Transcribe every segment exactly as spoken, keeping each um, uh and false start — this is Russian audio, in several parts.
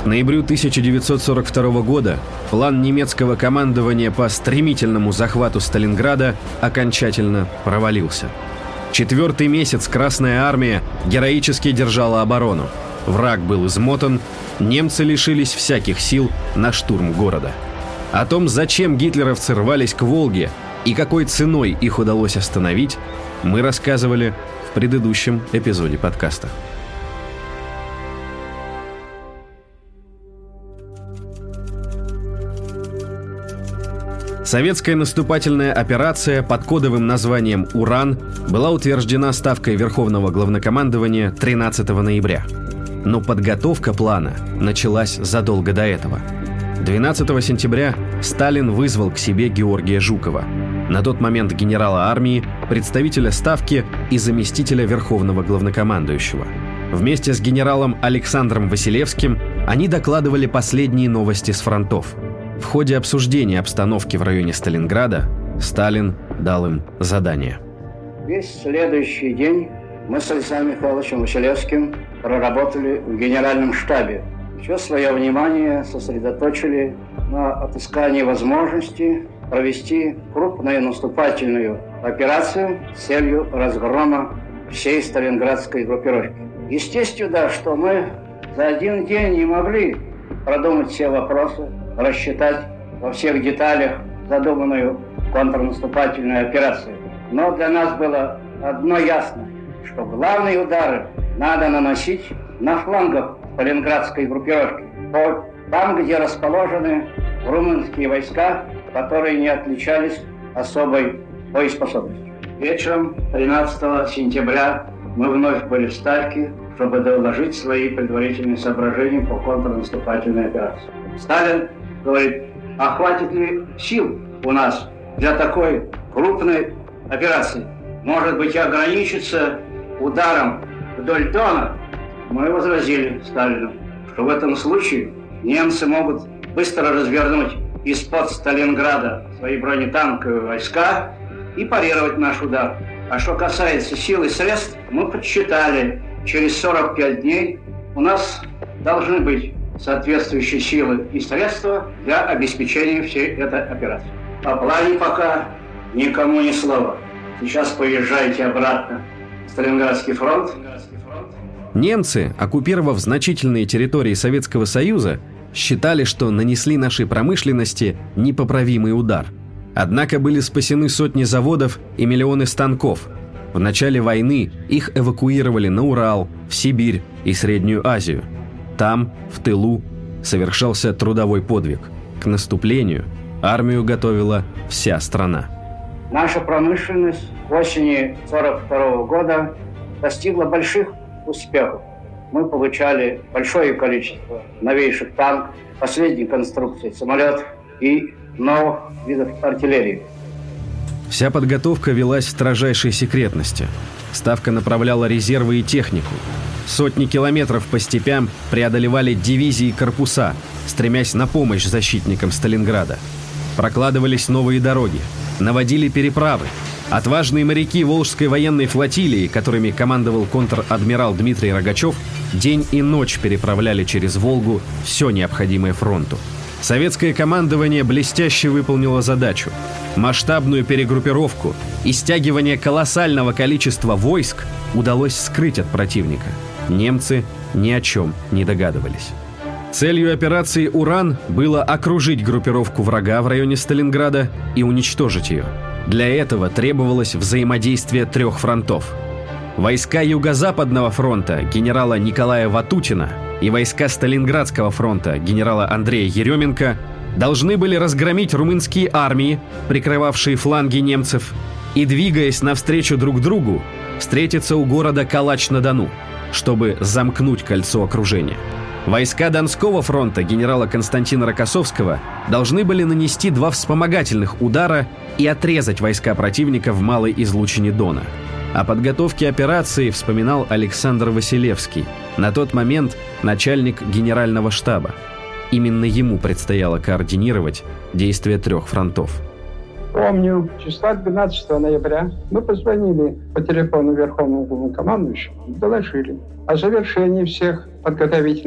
ноябрю тысяча девятьсот сорок второго года план немецкого командования по стремительному захвату Сталинграда окончательно провалился. Четвертый месяц Красная Армия героически держала оборону. Враг был измотан, немцы лишились всяких сил на штурм города. О том, зачем гитлеровцы рвались к Волге и какой ценой их удалось остановить, мы рассказывали в предыдущем эпизоде подкаста. Советская наступательная операция под кодовым названием «Уран» была утверждена Ставкой Верховного Главнокомандования тринадцатого ноября. Но подготовка плана началась задолго до этого. двенадцатого сентября Сталин вызвал к себе Георгия Жукова, на тот момент генерала армии, представителя Ставки и заместителя Верховного Главнокомандующего. Вместе с генералом Александром Василевским они докладывали последние новости с фронтов. В ходе обсуждения обстановки в районе Сталинграда Сталин дал им задание. Весь следующий день мы с Александром Михайловичем Василевским проработали в генеральном штабе. Все свое внимание сосредоточили на отыскании возможности провести крупную наступательную операцию с целью разгрома всей сталинградской группировки. Естественно, да, что мы за один день не могли продумать все вопросы, рассчитать во всех деталях задуманную контрнаступательную операцию. Но для нас было одно ясно, что главные удары надо наносить на флангах сталинградской группировки, там, где расположены румынские войска, которые не отличались особой боеспособностью. Вечером тринадцатого сентября мы вновь были в Ставке, чтобы доложить свои предварительные соображения по контрнаступательной операции. Сталин говорит, а хватит ли сил у нас для такой крупной операции? Может быть, ограничиться ударом вдоль Дона? Мы возразили Сталину, что в этом случае немцы могут быстро развернуть из-под Сталинграда свои бронетанковые войска и парировать наш удар. А что касается сил и средств, мы подсчитали, через сорок пять дней у нас должны быть соответствующие силы и средства для обеспечения всей этой операции. О плане пока никому ни слова. Сейчас поезжайте обратно в Сталинградский фронт. Немцы, оккупировав значительные территории Советского Союза, считали, что нанесли нашей промышленности непоправимый удар. Однако были спасены сотни заводов и миллионы станков. В начале войны их эвакуировали на Урал, в Сибирь и Среднюю Азию. Там, в тылу, совершался трудовой подвиг. К наступлению армию готовила вся страна. Наша промышленность в осени сорок второго года достигла больших успехов. Мы получали большое количество новейших танков, последней конструкции самолетов и новых видов артиллерии. Вся подготовка велась в строжайшей секретности. Ставка направляла резервы и технику. Сотни километров по степям преодолевали дивизии и корпуса, стремясь на помощь защитникам Сталинграда. Прокладывались новые дороги, наводили переправы. Отважные моряки Волжской военной флотилии, которыми командовал контр-адмирал Дмитрий Рогачев, день и ночь переправляли через Волгу все необходимое фронту. Советское командование блестяще выполнило задачу. Масштабную перегруппировку и стягивание колоссального количества войск удалось скрыть от противника. Немцы ни о чем не догадывались. Целью операции «Уран» было окружить группировку врага в районе Сталинграда и уничтожить ее. Для этого требовалось взаимодействие трех фронтов. Войска Юго-Западного фронта генерала Николая Ватутина и войска Сталинградского фронта генерала Андрея Еременко должны были разгромить румынские армии, прикрывавшие фланги немцев, и, двигаясь навстречу друг другу, встретиться у города Калач-на-Дону, чтобы замкнуть кольцо окружения. Войска Донского фронта генерала Константина Рокоссовского должны были нанести два вспомогательных удара и отрезать войска противника в малой излучине Дона. О подготовке операции вспоминал Александр Василевский, на тот момент начальник генерального штаба. Именно ему предстояло координировать действия трех фронтов. Помню, числа двенадцатого ноября мы позвонили по телефону Верховному главнокомандующему и доложили о завершении всех подготовительных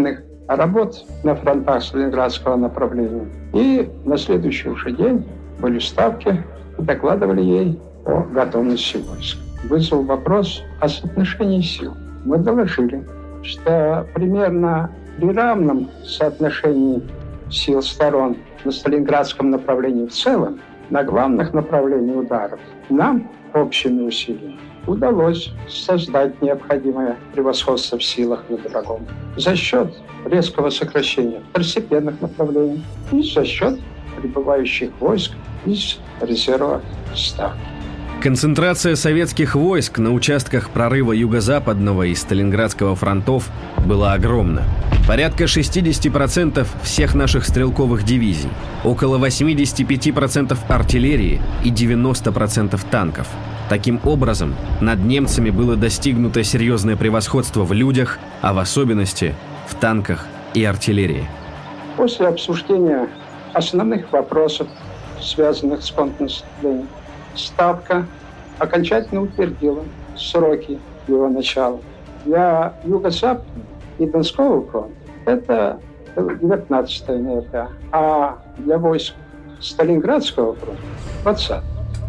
работ на фронтах Сталинградского направления. И на следующий уже день были ставки и докладывали ей о готовности войск. Вызвал вопрос о соотношении сил. Мы доложили, что примерно при равном соотношении сил сторон на Сталинградском направлении в целом, на главных направлениях ударов, нам общими усилиями удалось создать необходимое превосходство в силах над врагом за счет резкого сокращения второстепенных направлений и за счет прибывающих войск из резерва ставки. Концентрация советских войск на участках прорыва Юго-Западного и Сталинградского фронтов была огромна. Порядка шестьдесят процентов всех наших стрелковых дивизий, около восемьдесят пять процентов артиллерии и девяносто процентов танков. Таким образом, над немцами было достигнуто серьезное превосходство в людях, а в особенности в танках и артиллерии. После обсуждения основных вопросов, связанных с контрнаступлением, Ставка окончательно утвердила сроки его начала. Для Юго-Западного и Донского фронта это девятнадцатое ноября, а для войск Сталинградского фронта двадцатое.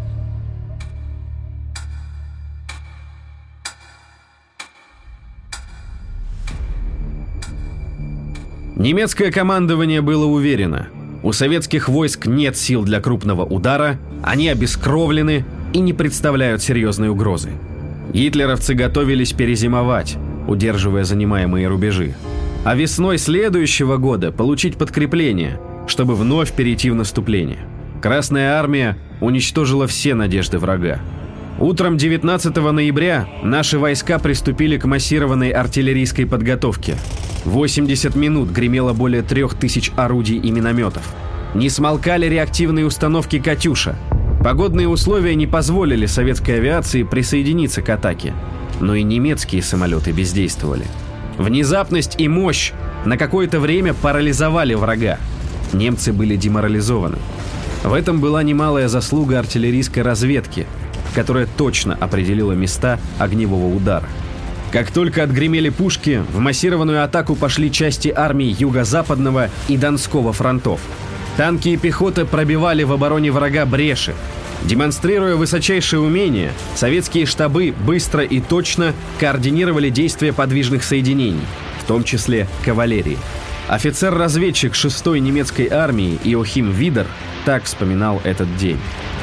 Немецкое командование было уверено: у советских войск нет сил для крупного удара, они обескровлены и не представляют серьезной угрозы. Гитлеровцы готовились перезимовать, удерживая занимаемые рубежи, а весной следующего года получить подкрепление, чтобы вновь перейти в наступление. Красная армия уничтожила все надежды врага. Утром девятнадцатого ноября наши войска приступили к массированной артиллерийской подготовке. восемьдесят минут гремело более трех тысяч орудий и минометов. Не смолкали реактивные установки «Катюша». Погодные условия не позволили советской авиации присоединиться к атаке, но и немецкие самолеты бездействовали. Внезапность и мощь на какое-то время парализовали врага. Немцы были деморализованы. В этом была немалая заслуга артиллерийской разведки, которая точно определила места огневого удара. Как только отгремели пушки, в массированную атаку пошли части армий Юго-Западного и Донского фронтов. Танки и пехота пробивали в обороне врага бреши. Демонстрируя высочайшее умение, советские штабы быстро и точно координировали действия подвижных соединений, в том числе кавалерии. Офицер-разведчик шестой немецкой армии Иохим Видер так вспоминал этот день.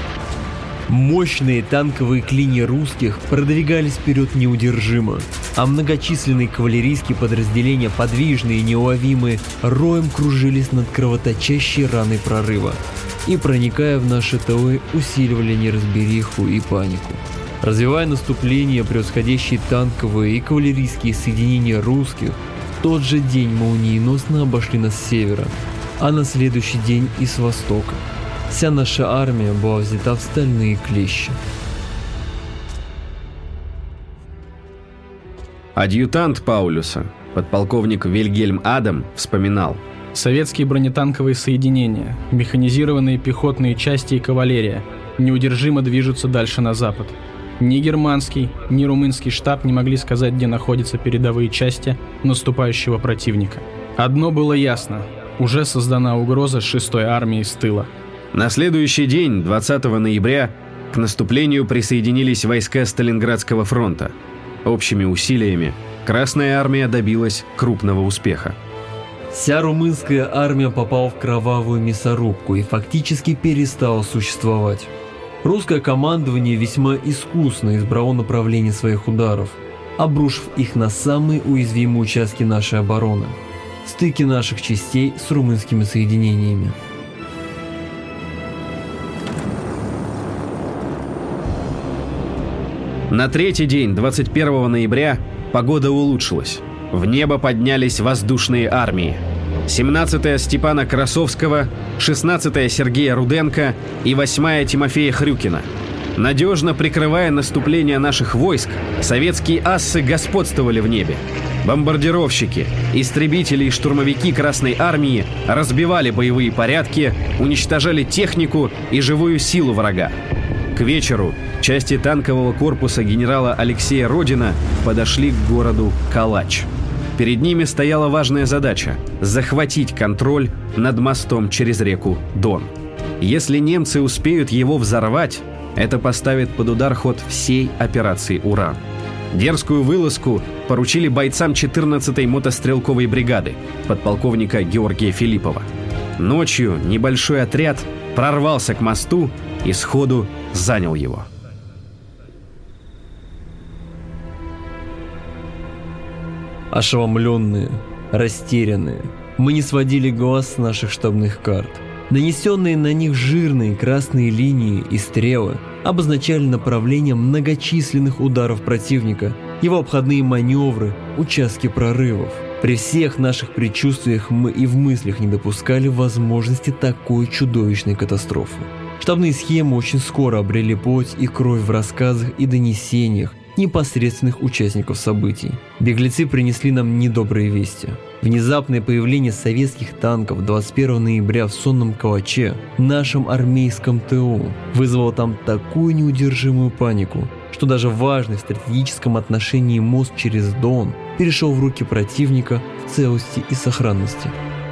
Мощные танковые клини русских продвигались вперед неудержимо, а многочисленные кавалерийские подразделения, подвижные и неуловимые, роем кружились над кровоточащей раной прорыва и, проникая в наши тылы, усиливали неразбериху и панику. Развивая наступление, превосходящие танковые и кавалерийские соединения русских, в тот же день молниеносно обошли нас с севера, а на следующий день и с востока. Вся наша армия была взята в стальные клещи. Адъютант Паулюса, подполковник Вильгельм Адам, вспоминал: советские бронетанковые соединения, механизированные пехотные части и кавалерия неудержимо движутся дальше на запад. Ни германский, ни румынский штаб не могли сказать, где находятся передовые части наступающего противника. Одно было ясно: уже создана угроза шестой армии с тыла. На следующий день, двадцатого ноября, к наступлению присоединились войска Сталинградского фронта. Общими усилиями Красная армия добилась крупного успеха. Вся румынская армия попала в кровавую мясорубку и фактически перестала существовать. Русское командование весьма искусно избрало направление своих ударов, обрушив их на самые уязвимые участки нашей обороны – стыки наших частей с румынскими соединениями. На третий день, двадцать первого ноября, погода улучшилась. В небо поднялись воздушные армии. семнадцатая Степана Красовского, шестнадцатая Сергея Руденко и восьмая Тимофея Хрюкина. Надежно прикрывая наступление наших войск, советские ассы господствовали в небе. Бомбардировщики, истребители и штурмовики Красной армии разбивали боевые порядки, уничтожали технику и живую силу врага. К вечеру части танкового корпуса генерала Алексея Родина подошли к городу Калач. Перед ними стояла важная задача – захватить контроль над мостом через реку Дон. Если немцы успеют его взорвать, это поставит под удар ход всей операции «Уран». Дерзкую вылазку поручили бойцам четырнадцатой мотострелковой бригады подполковника Георгия Филиппова. Ночью небольшой отряд прорвался к мосту и сходу занял его. Ошеломленные, растерянные, мы не сводили глаз с наших штабных карт. Нанесенные на них жирные красные линии и стрелы обозначали направление многочисленных ударов противника, его обходные маневры, участки прорывов. При всех наших предчувствиях мы и в мыслях не допускали возможности такой чудовищной катастрофы. Штабные схемы очень скоро обрели плоть и кровь в рассказах и донесениях непосредственных участников событий. Беглецы принесли нам недобрые вести. Внезапное появление советских танков двадцать первого ноября в сонном Калаче, нашем армейском ТО, вызвало там такую неудержимую панику, что даже важный в стратегическом отношении мост через Дон перешел в руки противника в целости и сохранности.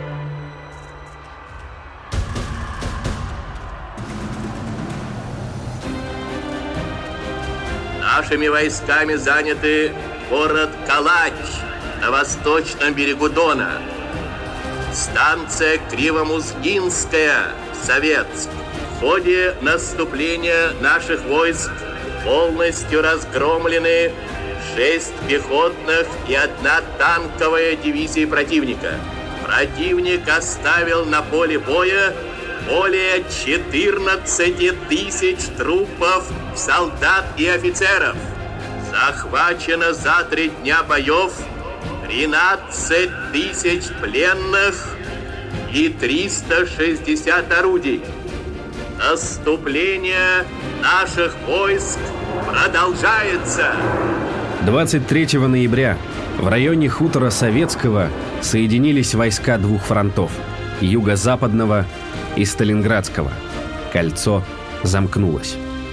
Нашими войсками заняты город Калач на восточном берегу Дона, станция Кривомузгинская, Советск. В ходе наступления наших войск полностью разгромлены шесть пехотных и одна танковая дивизии противника. Противник оставил на поле боя более четырнадцати тысяч трупов солдат и офицеров. Захвачено за три дня боев тринадцать тысяч пленных и триста шестьдесят орудий. Наступление наших войск продолжается. двадцать третьего ноября в районе хутора Советского соединились войска двух фронтов – юго-западного и Сталинградского. Кольцо замкнулось.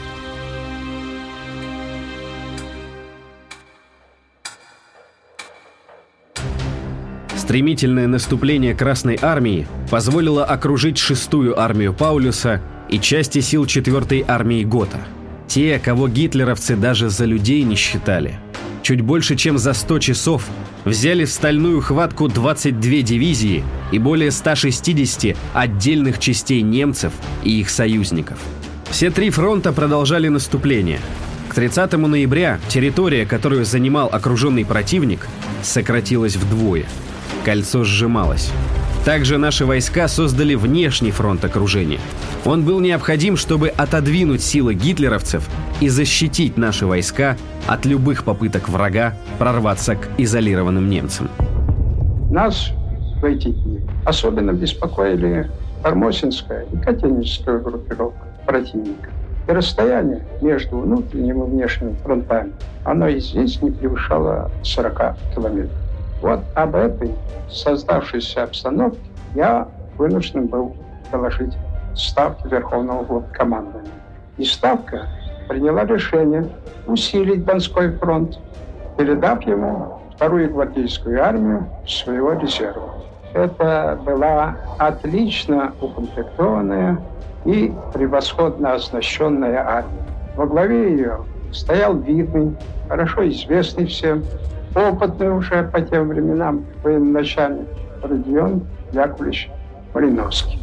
Стремительное наступление Красной армии позволило окружить шестую армию Паулюса и части сил четвертой армии Гота. Те, кого гитлеровцы даже за людей не считали. Чуть больше чем за сто часов взяли в стальную хватку двадцать две дивизии и более ста шестидесяти отдельных частей немцев и их союзников. Все три фронта продолжали наступление. К тридцатому ноября территория, которую занимал окруженный противник, сократилась вдвое. Кольцо сжималось. Также наши войска создали внешний фронт окружения. Он был необходим, чтобы отодвинуть силы гитлеровцев и защитить наши войска от любых попыток врага прорваться к изолированным немцам. Нас в эти дни особенно беспокоили Формосинская и Котельническая группировка противника. И расстояние между внутренним и внешним фронтами, оно и здесь не превышало сорока километров. Вот об этой создавшейся обстановке я вынужден был доложить Ставке Верховного Главкомандования. И Ставка приняла решение усилить Донской фронт, передав ему вторую гвардейскую армию своего резерва. Это была отлично укомплектованная и превосходно оснащенная армия. Во главе ее стоял видный, хорошо известный всем, опытный уже по тем временам военачальник Родион Яковлевич Малиновский.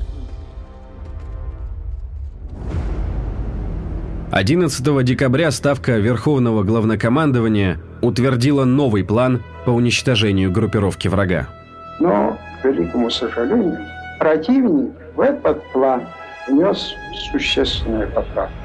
одиннадцатого декабря Ставка Верховного Главнокомандования утвердила новый план по уничтожению группировки врага. Но, к великому сожалению, противник в этот план внес существенные поправки.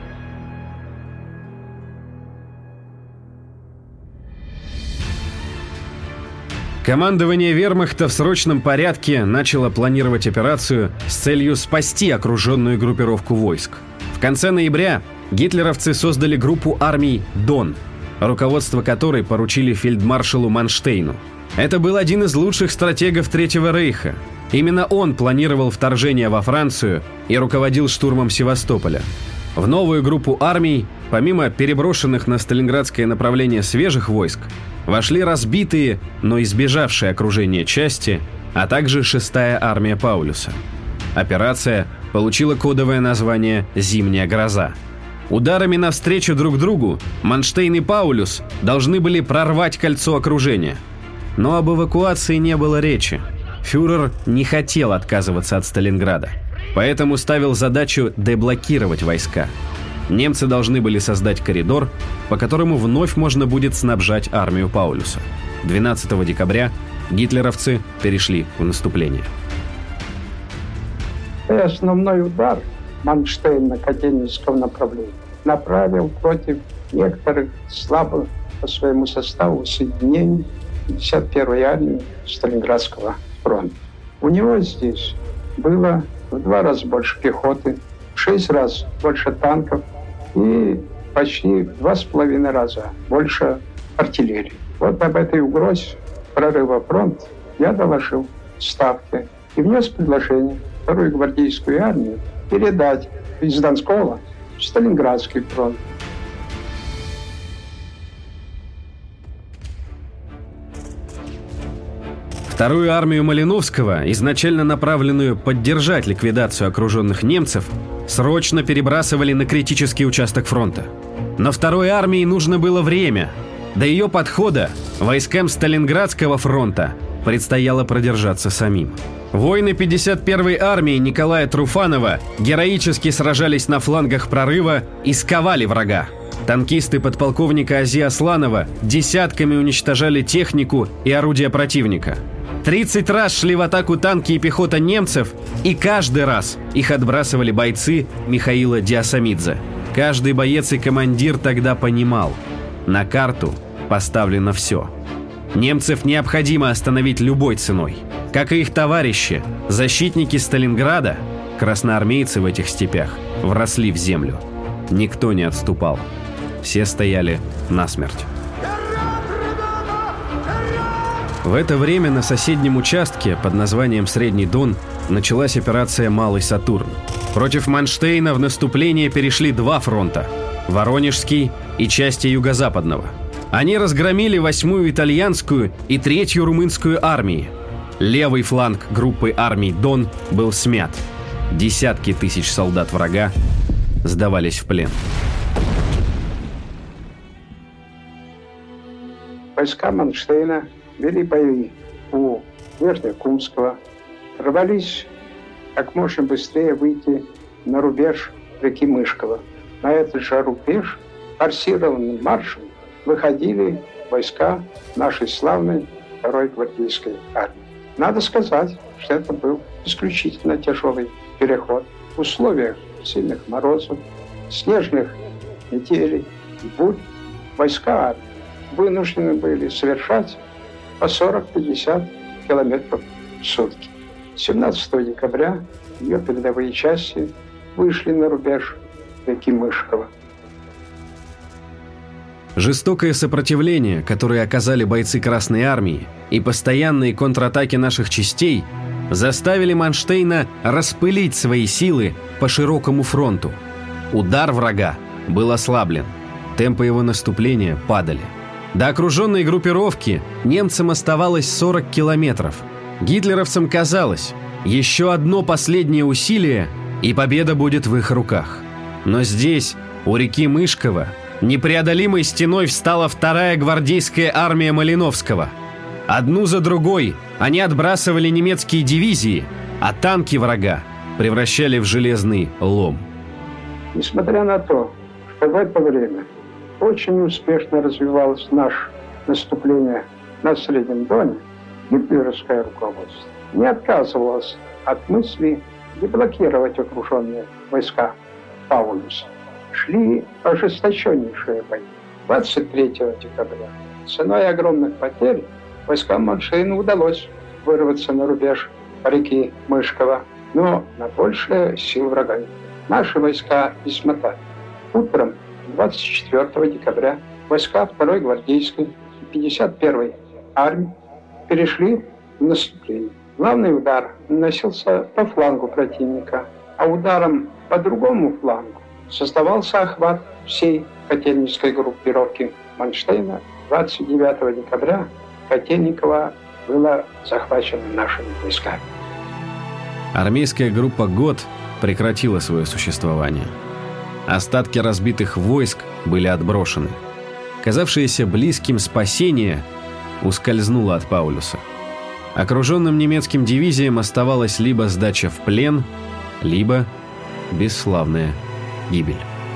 Командование вермахта в срочном порядке начало планировать операцию с целью спасти окруженную группировку войск. В конце ноября гитлеровцы создали группу армий «Дон», руководство которой поручили фельдмаршалу Манштейну. Это был один из лучших стратегов Третьего рейха. Именно он планировал вторжение во Францию и руководил штурмом Севастополя. В новую группу армий, помимо переброшенных на Сталинградское направление свежих войск, вошли разбитые, но избежавшие окружения части, а также шестая армия Паулюса. Операция получила кодовое название «Зимняя гроза». Ударами навстречу друг другу Манштейн и Паулюс должны были прорвать кольцо окружения. Но об эвакуации не было речи. Фюрер не хотел отказываться от Сталинграда, поэтому ставил задачу деблокировать войска. Немцы должны были создать коридор, по которому вновь можно будет снабжать армию Паулюса. двенадцатого декабря гитлеровцы перешли в наступление. И основной удар Манштейн на Катенинском направлении направил против некоторых слабых по своему составу соединений пятьдесят первой армии Сталинградского фронта. У него здесь было в два раза больше пехоты, в шесть раз больше танков и почти в два с половиной раза больше артиллерии. Вот об этой угрозе прорыва фронта я доложил в Ставке и внес предложение вторую гвардейскую армию передать из Донского в Сталинградский фронт. Вторую армию Малиновского, изначально направленную поддержать ликвидацию окруженных немцев, срочно перебрасывали на критический участок фронта. Но второй армии нужно было время. До ее подхода войскам Сталинградского фронта предстояло продержаться самим. Воины пятьдесят первой армии Николая Труфанова героически сражались на флангах прорыва и сковали врага. Танкисты подполковника Ази Асланова десятками уничтожали технику и орудия противника. тридцать раз шли в атаку танки и пехота немцев, и каждый раз их отбрасывали бойцы Михаила Диасамидзе. Каждый боец и командир тогда понимал, на карту поставлено все. Немцев необходимо остановить любой ценой. Как и их товарищи, защитники Сталинграда, красноармейцы в этих степях, вросли в землю. Никто не отступал. Все стояли насмерть. В это время на соседнем участке под названием Средний Дон началась операция «Малый Сатурн». Против Манштейна в наступление перешли два фронта – Воронежский и части Юго-Западного. Они разгромили восьмую итальянскую и третью румынскую армии. Левый фланг группы армий «Дон» был смят. Десятки тысяч солдат врага сдавались в плен. Войска Манштейна вели бои у Верхнекумского, рвались как можно быстрее выйти на рубеж реки Мышкова. На этот же рубеж форсированным маршем выходили войска нашей славной второй гвардейской армии. Надо сказать, что это был исключительно тяжелый переход в условиях сильных морозов, снежных метелей и бурь. Войска армии вынуждены были совершать по сорок-пятьдесят километров в сутки. семнадцатого декабря ее передовые части вышли на рубеж реки Мышкова. Жестокое сопротивление, которое оказали бойцы Красной Армии, и постоянные контратаки наших частей заставили Манштейна распылить свои силы по широкому фронту. Удар врага был ослаблен, темпы его наступления падали. До окруженной группировки немцам оставалось сорок километров. Гитлеровцам казалось, еще одно последнее усилие, и победа будет в их руках. Но здесь, у реки Мышкова, непреодолимой стеной встала вторая гвардейская армия Малиновского. Одну за другой они отбрасывали немецкие дивизии, а танки врага превращали в железный лом. Несмотря на то, что в это время очень успешно развивалось наше наступление на Среднем Доне, гитлеровское руководство не отказывалось от мысли деблокировать окруженные войска Паулюса. Шли ожесточеннейшие бои. двадцать третьего декабря ценой огромных потерь войскам Манштейна удалось вырваться на рубеж реки Мышкова, но на большее сил врага. Наши войска измотали. Утром двадцать четвёртого декабря войска второй гвардейской и пятьдесят первой армии перешли в наступление. Главный удар наносился по флангу противника, а ударом по другому флангу создавался охват всей Котельнической группировки Манштейна. двадцать девятого декабря Котельниково было захвачено нашими войсками. Армейская группа ГОТ прекратила свое существование. Остатки разбитых войск были отброшены. Казавшееся близким спасение ускользнуло от Паулюса. Окруженным немецким дивизиям оставалась либо сдача в плен, либо бесславная гибель.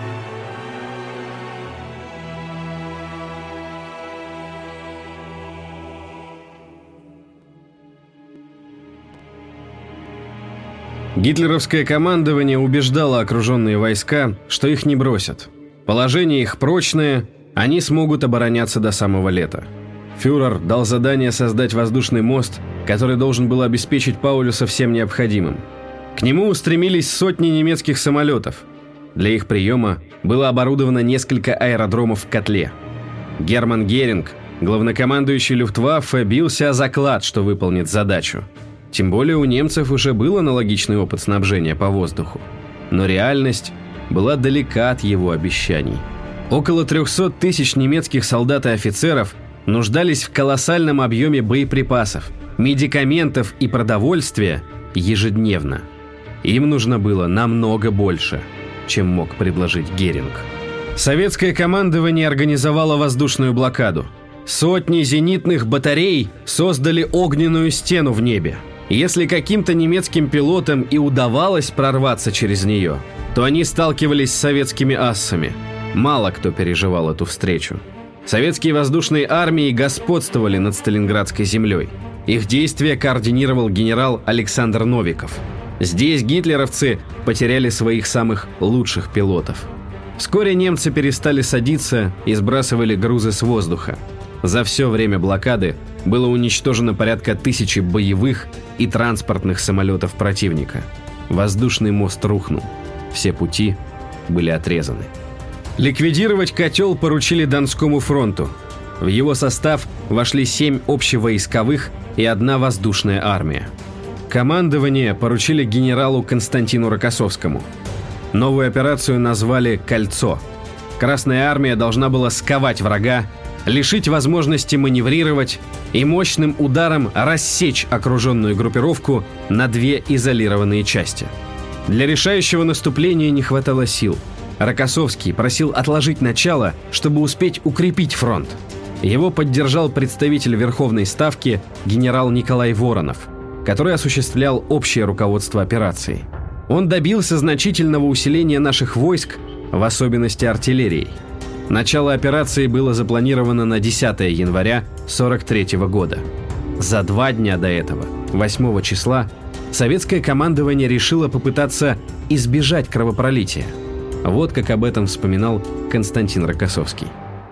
Гитлеровское командование убеждало окруженные войска, что их не бросят. Положение их прочное, они смогут обороняться до самого лета. Фюрер дал задание создать воздушный мост, который должен был обеспечить Паулюса всем необходимым. К нему устремились сотни немецких самолетов. Для их приема было оборудовано несколько аэродромов в котле. Герман Геринг, главнокомандующий Люфтваффе, бился о заклад, что выполнит задачу. Тем более у немцев уже был аналогичный опыт снабжения по воздуху. Но реальность была далека от его обещаний. Около трехсот тысяч немецких солдат и офицеров нуждались в колоссальном объеме боеприпасов, медикаментов и продовольствия ежедневно. Им нужно было намного больше, чем мог предложить Геринг. Советское командование организовало воздушную блокаду. Сотни зенитных батарей создали огненную стену в небе. Если каким-то немецким пилотам и удавалось прорваться через нее, то они сталкивались с советскими ассами. Мало кто переживал эту встречу. Советские воздушные армии господствовали над Сталинградской землей. Их действия координировал генерал Александр Новиков. Здесь гитлеровцы потеряли своих самых лучших пилотов. Вскоре немцы перестали садиться и сбрасывали грузы с воздуха. За все время блокады было уничтожено порядка тысячи боевых и транспортных самолетов противника. Воздушный мост рухнул. Все пути были отрезаны. Ликвидировать котел поручили Донскому фронту. В его состав вошли семь общевойсковых и одна воздушная армия. Командование поручили генералу Константину Рокоссовскому. Новую операцию назвали «Кольцо». Красная армия должна была сковать врага, лишить возможности маневрировать и мощным ударом рассечь окруженную группировку на две изолированные части. Для решающего наступления не хватало сил. Рокоссовский просил отложить начало, чтобы успеть укрепить фронт. Его поддержал представитель Верховной Ставки генерал Николай Воронов, который осуществлял общее руководство операцией. Он добился значительного усиления наших войск, в особенности артиллерии. Начало операции было запланировано на десятое января сорок третьего года. За два дня до этого, восьмого числа, советское командование решило попытаться избежать кровопролития. Вот как об этом вспоминал Константин Рокоссовский.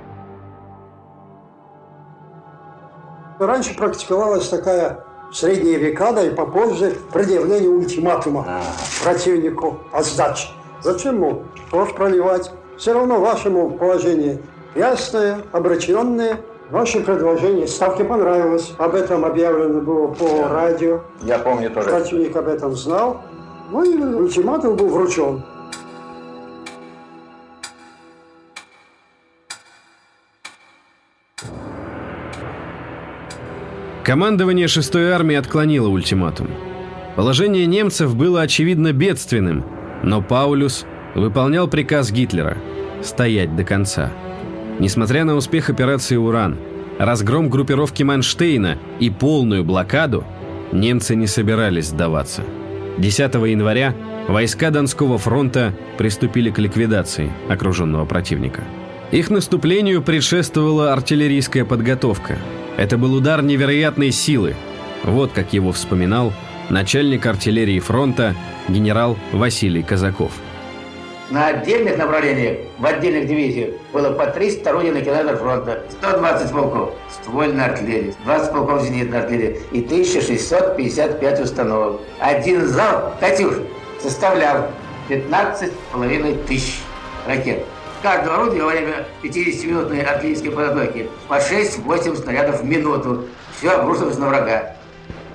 Раньше практиковалась такая в средние века, да и попозже, предъявление ультиматума противнику о сдаче. Зачем ему кровь проливать? Все равно вашему положению ясное, обреченное. Ваше предложение Ставке понравилось. Об этом объявлено было по радио. Я помню тоже. Противник об этом знал. Ну и ультиматум был вручен. Командование шестой армии отклонило ультиматум. Положение немцев было очевидно бедственным, но Паулюс выполнял приказ Гитлера – стоять до конца. Несмотря на успех операции «Уран», разгром группировки Манштейна и полную блокаду, немцы не собирались сдаваться. десятого января войска Донского фронта приступили к ликвидации окруженного противника. Их наступлению предшествовала артиллерийская подготовка. Это был удар невероятной силы. Вот как его вспоминал начальник артиллерии фронта генерал Василий Казаков. На отдельных направлениях, в отдельных дивизиях было по триста орудий на километр фронта, сто двадцать полков ствольной артиллерии, двадцать полков зенитной артиллерии и тысяча шестьсот пятьдесят пять установок. Один залп «Катюш» составлял пятнадцать с половиной тысяч ракет. Каждое орудие во время пятидесятиминутной артиллерийской подготовки по шесть-восемь снарядов в минуту. Все обрушилось на врага.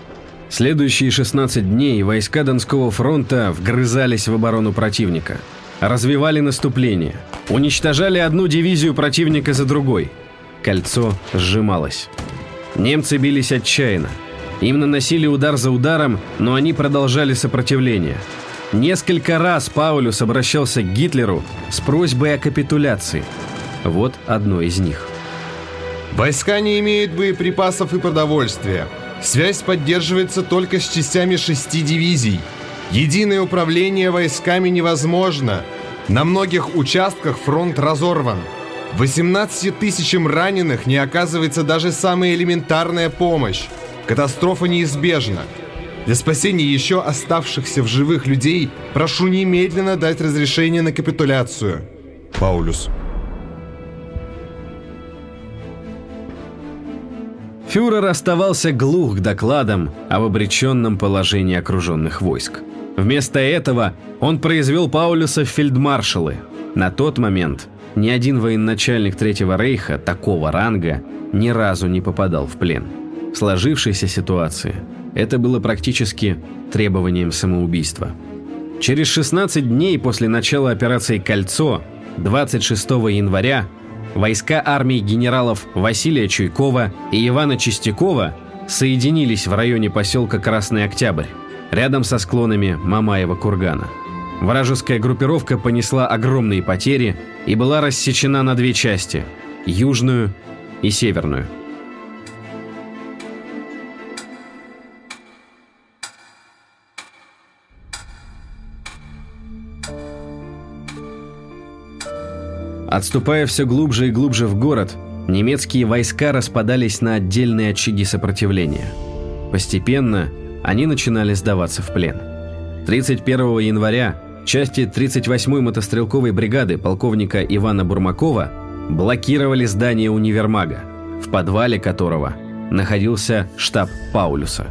Следующие шестнадцать дней войска Донского фронта вгрызались в оборону противника. развивали наступление, уничтожали одну дивизию противника за другой. Кольцо сжималось. Немцы бились отчаянно. Им наносили удар за ударом, но они продолжали сопротивление. Несколько раз Паулюс обращался к Гитлеру с просьбой о капитуляции. Вот одно из них. Войска не имеют боеприпасов и продовольствия. Связь поддерживается только с частями шести дивизий. Единое управление войсками невозможно. На многих участках фронт разорван. восемнадцати тысячам раненых не оказывается даже самая элементарная помощь. Катастрофа неизбежна. Для спасения еще оставшихся в живых людей прошу немедленно дать разрешение на капитуляцию. Паулюс. Фюрер оставался глух к докладам об обреченном положении окруженных войск. Вместо этого он произвел Паулюса в фельдмаршалы. На тот момент ни один военачальник Третьего рейха такого ранга ни разу не попадал в плен. В сложившейся ситуации это было практически требованием самоубийства. Через шестнадцать дней после начала операции «Кольцо», двадцать шестого января, войска армий генералов Василия Чуйкова и Ивана Чистякова соединились в районе поселка Красный Октябрь, рядом со склонами Мамаева кургана. Вражеская группировка понесла огромные потери и была рассечена на две части – южную и северную. Отступая все глубже и глубже в город, немецкие войска распадались на отдельные очаги сопротивления. Постепенно они начинали сдаваться в плен. тридцать первого января части тридцать восьмой мотострелковой бригады полковника Ивана Бурмакова блокировали здание универмага, в подвале которого находился штаб Паулюса.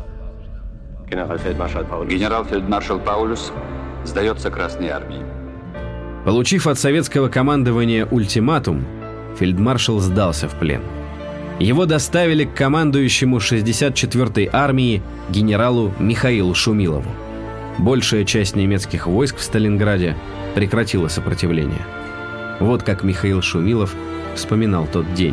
Генерал-фельдмаршал Паулюс сдается Красной армии. Получив от советского командования ультиматум, фельдмаршал сдался в плен. Его доставили к командующему шестьдесят четвёртой армии генералу Михаилу Шумилову. Большая часть немецких войск в Сталинграде прекратила сопротивление. Вот как Михаил Шумилов вспоминал тот день.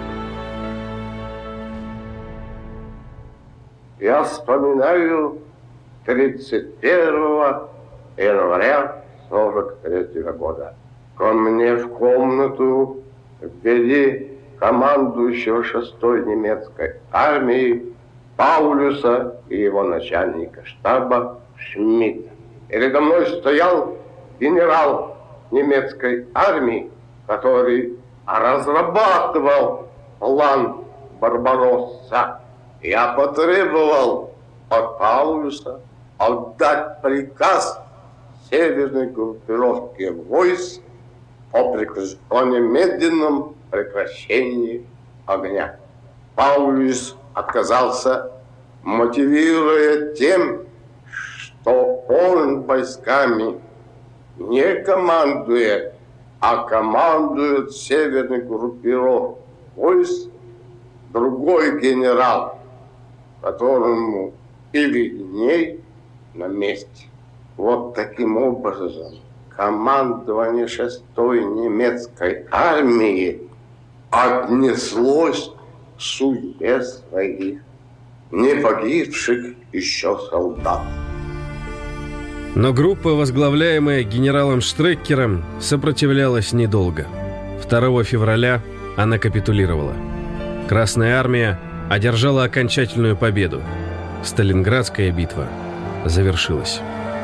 Я вспоминаю тридцать первого января сорок третьего года. Ко мне в комнату ввели командующего шестой немецкой армии Паулюса и его начальника штаба Шмидта. Передо мной стоял генерал немецкой армии, который разрабатывал план Барбаросса. Я потребовал от Паулюса отдать приказ северной группировке войск о, прекращ... о немедленном прекращении огня. Паулюс отказался, мотивируя тем, что он войсками не командует, а командует северной группировкой войск другой генерал, которому и видней на месте. Вот таким образом командование шестой немецкой армии отнеслось к судьбе своих не погибших еще солдат. Но группа, возглавляемая генералом Штреккером, сопротивлялась недолго. второго февраля она капитулировала. Красная армия одержала окончательную победу. Сталинградская битва завершилась.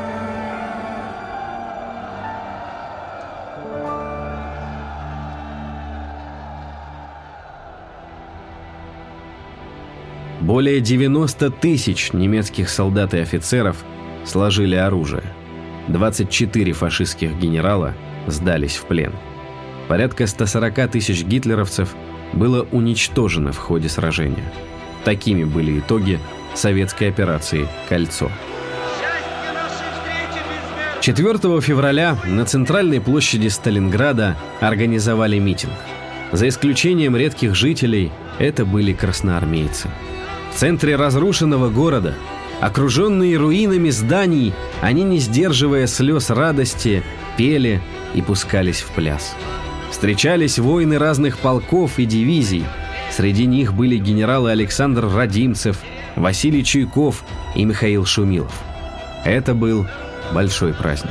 Более девяноста тысяч немецких солдат и офицеров сложили оружие. двадцать четыре фашистских генерала сдались в плен. Порядка ста сорока тысяч гитлеровцев было уничтожено в ходе сражения. Такими были итоги советской операции «Кольцо». четвёртого февраля на центральной площади Сталинграда организовали митинг. За исключением редких жителей, это были красноармейцы. В центре разрушенного города, окруженные руинами зданий, они, не сдерживая слез радости, пели и пускались в пляс. Встречались воины разных полков и дивизий. Среди них были генералы Александр Радимцев, Василий Чуйков и Михаил Шумилов. Это был большой праздник.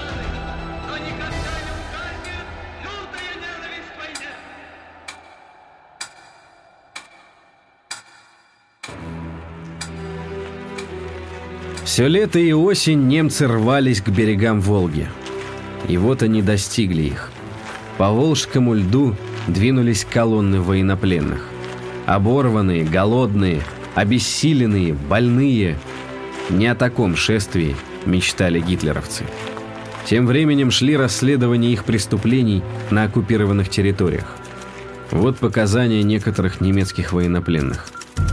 Все лето и осень немцы рвались к берегам Волги. И вот они достигли их. По волжскому льду двинулись колонны военнопленных. Оборванные, голодные, обессиленные, больные. Не о таком шествии мечтали гитлеровцы. Тем временем шли расследования их преступлений на оккупированных территориях. Вот показания некоторых немецких военнопленных.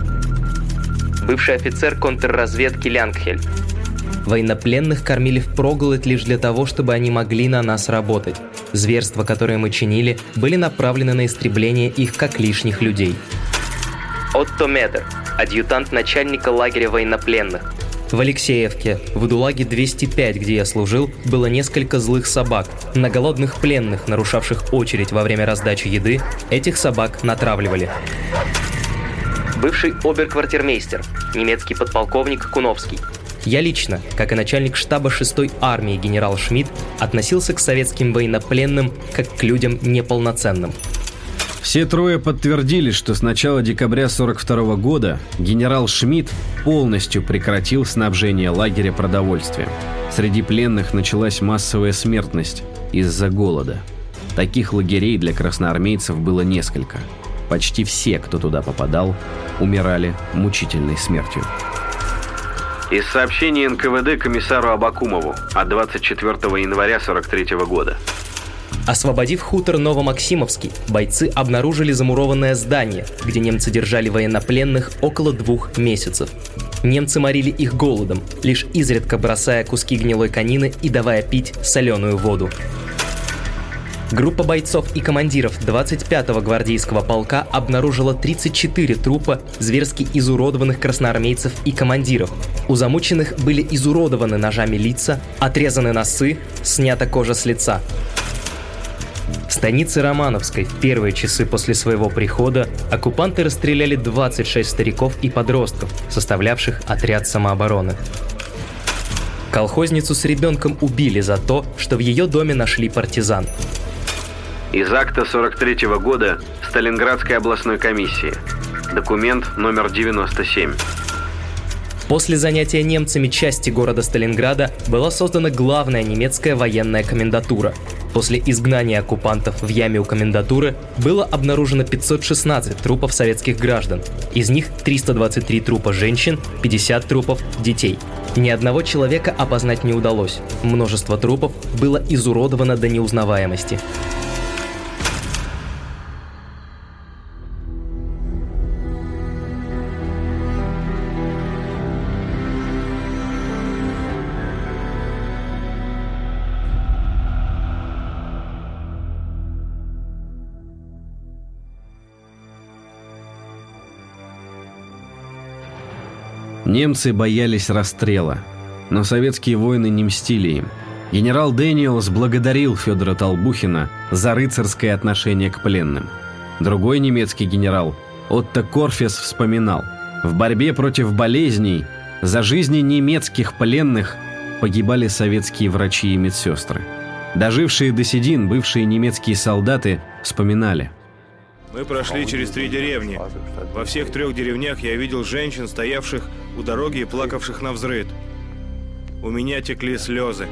Бывший офицер контрразведки Лянгхель. Военнопленных кормили впроголодь лишь для того, чтобы они могли на нас работать. Зверства, которые мы чинили, были направлены на истребление их как лишних людей. Отто Медер, адъютант начальника лагеря военнопленных. В Алексеевке, в Дулаге двести пять, где я служил, было несколько злых собак. На голодных пленных, нарушавших очередь во время раздачи еды, этих собак натравливали. Бывший оберквартирмейстер, немецкий подполковник Куновский. Я лично, как и начальник штаба шестой армии генерал Шмидт, относился к советским военнопленным как к людям неполноценным. Все трое подтвердили, что с начала декабря сорок второго года генерал Шмидт полностью прекратил снабжение лагеря продовольствием. Среди пленных началась массовая смертность из-за голода. Таких лагерей для красноармейцев было несколько. Почти все, кто туда попадал, умирали мучительной смертью. Из сообщений эн ка вэ дэ комиссару Абакумову от двадцать четвёртого января сорок третьего года. Освободив хутор Новомаксимовский, бойцы обнаружили замурованное здание, где немцы держали военнопленных около двух месяцев. Немцы морили их голодом, лишь изредка бросая куски гнилой конины и давая пить соленую воду. Группа бойцов и командиров двадцать пятого гвардейского полка обнаружила тридцать четыре трупа зверски изуродованных красноармейцев и командиров. У замученных были изуродованы ножами лица, отрезаны носы, снята кожа с лица. В станице Романовской в первые часы после своего прихода оккупанты расстреляли двадцать шесть стариков и подростков, составлявших отряд самообороны. Колхозницу с ребенком убили за то, что в ее доме нашли партизан. Из акта сорок третьего года Сталинградской областной комиссии. Документ номер девяносто семь. После занятия немцами части города Сталинграда была создана главная немецкая военная комендатура. После изгнания оккупантов в яме у комендатуры было обнаружено пятьсот шестнадцать трупов советских граждан. Из них триста двадцать три трупа женщин, пятьдесят трупов детей. Ни одного человека опознать не удалось. Множество трупов было изуродовано до неузнаваемости. Немцы боялись расстрела, но советские воины не мстили им. Генерал Дэниелс благодарил Федора Толбухина за рыцарское отношение к пленным. Другой немецкий генерал, Отто Корфес, вспоминал: в борьбе против болезней за жизни немецких пленных погибали советские врачи и медсестры. Дожившие до седин бывшие немецкие солдаты вспоминали: мы прошли через три деревни. Во всех трех деревнях я видел женщин, стоявших у дороги и плакавших навзрыд. У меня текли слезы.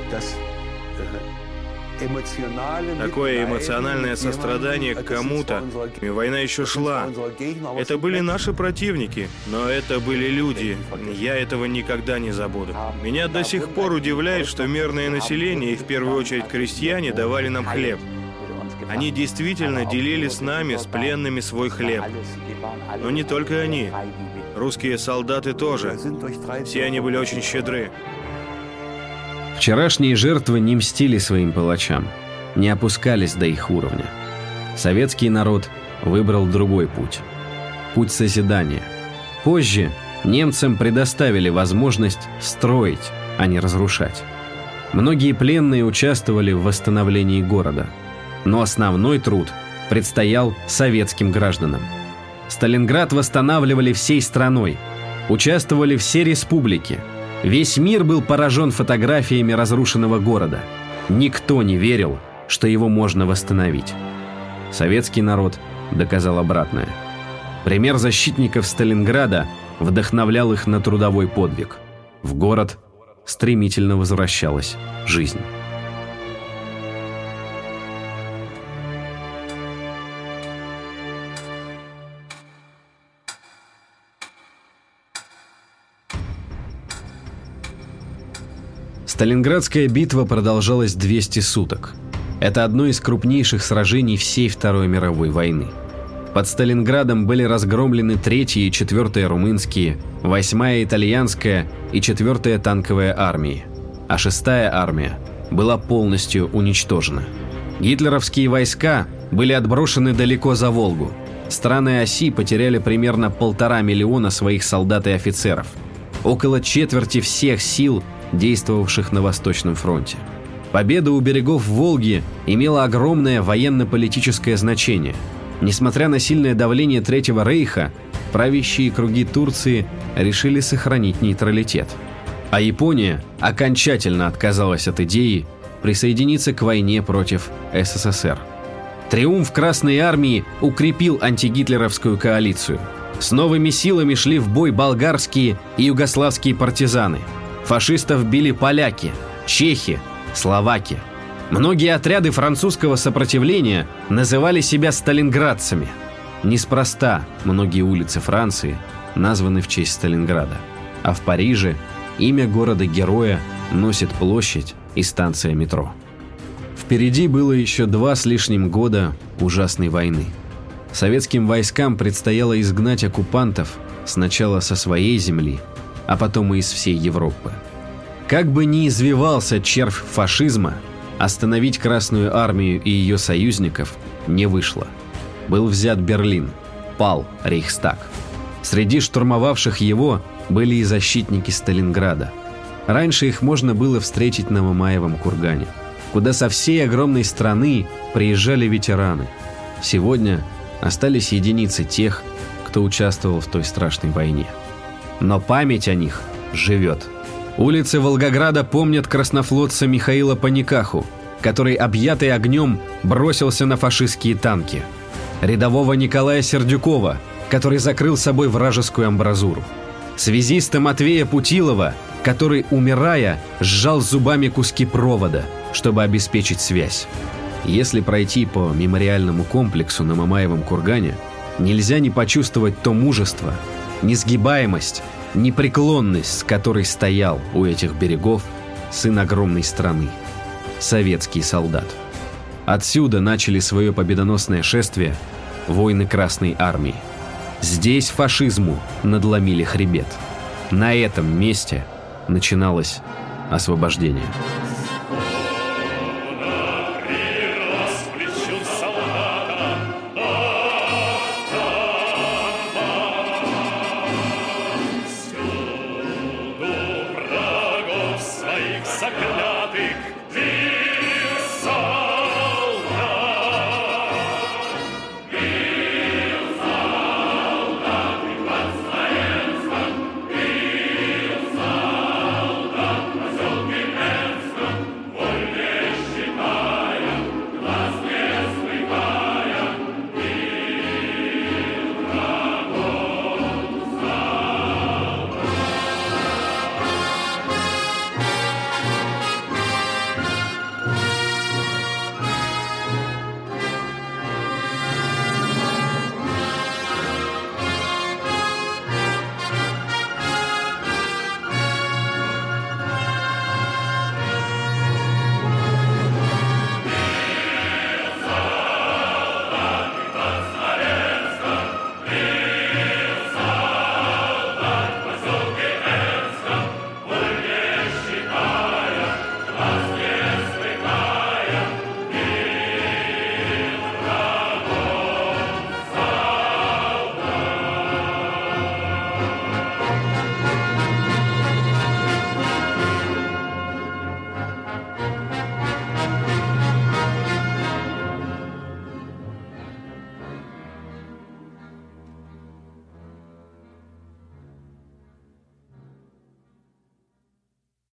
Такое эмоциональное сострадание к кому-то. И война еще шла. Это были наши противники, но это были люди. Я этого никогда не забуду. Меня до сих пор удивляет, что мирное население, и в первую очередь крестьяне, давали нам хлеб. Они действительно делили с нами, с пленными, свой хлеб. Но не только они. Русские солдаты тоже. Все они были очень щедры. Вчерашние жертвы не мстили своим палачам, не опускались до их уровня. Советский народ выбрал другой путь. Путь созидания. Позже немцам предоставили возможность строить, а не разрушать. Многие пленные участвовали в восстановлении города. Но основной труд предстоял советским гражданам. Сталинград восстанавливали всей страной. Участвовали все республики. Весь мир был поражен фотографиями разрушенного города. Никто не верил, что его можно восстановить. Советский народ доказал обратное. Пример защитников Сталинграда вдохновлял их на трудовой подвиг. В город стремительно возвращалась жизнь. Сталинградская битва продолжалась двести суток. Это одно из крупнейших сражений всей Второй мировой войны. Под Сталинградом были разгромлены третья и четвёртая румынские, восьмая итальянская и четвёртая танковая армии, а шестая армия была полностью уничтожена. Гитлеровские войска были отброшены далеко за Волгу. Страны оси потеряли примерно полтора миллиона своих солдат и офицеров, около четверти всех сил, действовавших на Восточном фронте. Победа у берегов Волги имела огромное военно-политическое значение. Несмотря на сильное давление Третьего Рейха, правящие круги Турции решили сохранить нейтралитет. А Япония окончательно отказалась от идеи присоединиться к войне против СССР. Триумф Красной Армии укрепил антигитлеровскую коалицию. С новыми силами шли в бой болгарские и югославские партизаны. Фашистов били поляки, чехи, словаки. Многие отряды французского сопротивления называли себя сталинградцами. Неспроста многие улицы Франции названы в честь Сталинграда. А в Париже имя города-героя носит площадь и станция метро. Впереди было еще два с лишним года ужасной войны. Советским войскам предстояло изгнать оккупантов сначала со своей земли, а потом и из всей Европы. Как бы ни извивался червь фашизма, остановить Красную Армию и ее союзников не вышло. Был взят Берлин, пал Рейхстаг. Среди штурмовавших его были и защитники Сталинграда. Раньше их можно было встретить на Мамаевом кургане, куда со всей огромной страны приезжали ветераны. Сегодня остались единицы тех, кто участвовал в той страшной войне. Но память о них живет. Улицы Волгограда помнят краснофлотца Михаила Паникаху, который, объятый огнем, бросился на фашистские танки. Рядового Николая Сердюкова, который закрыл собой вражескую амбразуру. Связиста Матвея Путилова, который, умирая, сжал зубами куски провода, чтобы обеспечить связь. Если пройти по мемориальному комплексу на Мамаевом кургане, нельзя не почувствовать то мужество, несгибаемость, непреклонность, с которой стоял у этих берегов сын огромной страны – советский солдат. Отсюда начали свое победоносное шествие воины Красной Армии. Здесь фашизму надломили хребет. На этом месте начиналось освобождение. Заклятых